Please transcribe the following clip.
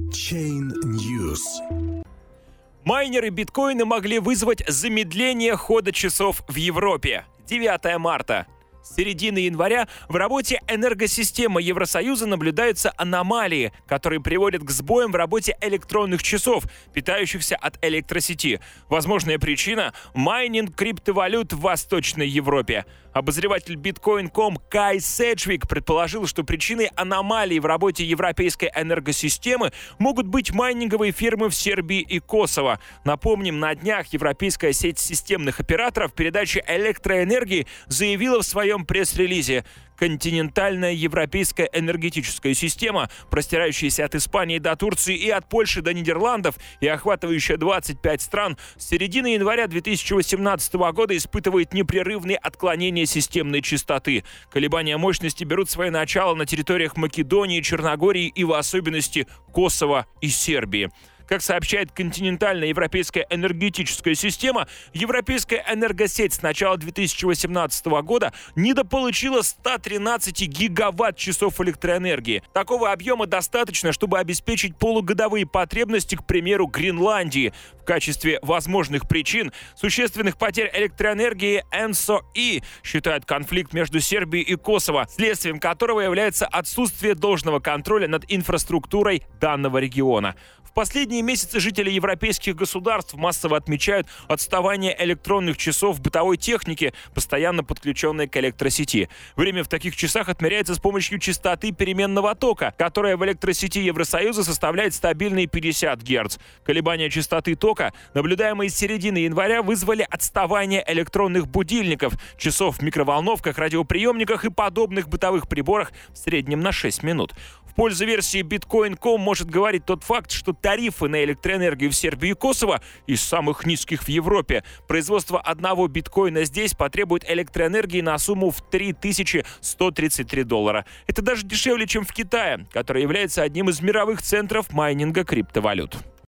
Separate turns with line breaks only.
Chain News.
Майнеры биткоина могли вызвать замедление хода часов в Европе. 9 марта. С середины января в работе энергосистемы Евросоюза наблюдаются аномалии, которые приводят к сбоям в работе электронных часов, питающихся от электросети. Возможная причина – майнинг криптовалют в Восточной Европе. Обозреватель Bitcoin.com Кай Седжвик предположил, что причиной аномалий в работе европейской энергосистемы могут быть майнинговые фирмы в Сербии и Косово. Напомним, на днях европейская сеть системных операторов передачи электроэнергии заявила в своем пресс-релизе: континентальная европейская энергетическая система, простирающаяся от Испании до Турции и от Польши до Нидерландов и охватывающая 25 стран, с середины января 2018 года испытывает непрерывные отклонения системной частоты. Колебания мощности берут свое начало на территориях Македонии, Черногории и в особенности Косово и Сербии. Как сообщает континентальная европейская энергетическая система, европейская энергосеть с начала 2018 года недополучила 113 гигаватт-часов электроэнергии. Такого объема достаточно, чтобы обеспечить полугодовые потребности, к примеру, Гренландии. В качестве возможных причин существенных потерь электроэнергии ENTSO-E считают конфликт между Сербией и Косово, следствием которого является отсутствие должного контроля над инфраструктурой данного региона. В последние месяцы жители европейских государств массово отмечают отставание электронных часов в бытовой технике, постоянно подключенной к электросети. Время в таких часах отмеряется с помощью частоты переменного тока, которая в электросети Евросоюза составляет стабильные 50 Гц. Колебания частоты тока, наблюдаемые с середины января, вызвали отставание электронных будильников, часов в микроволновках, радиоприемниках и подобных бытовых приборах в среднем на 6 минут. В пользу версии Bitcoin.com может говорить тот факт, что тарифы на электроэнергию в Сербии и Косово из самых низких в Европе. Производство одного биткоина здесь потребует электроэнергии на сумму в $3133. Это даже дешевле, чем в Китае, который является одним из мировых центров майнинга криптовалют.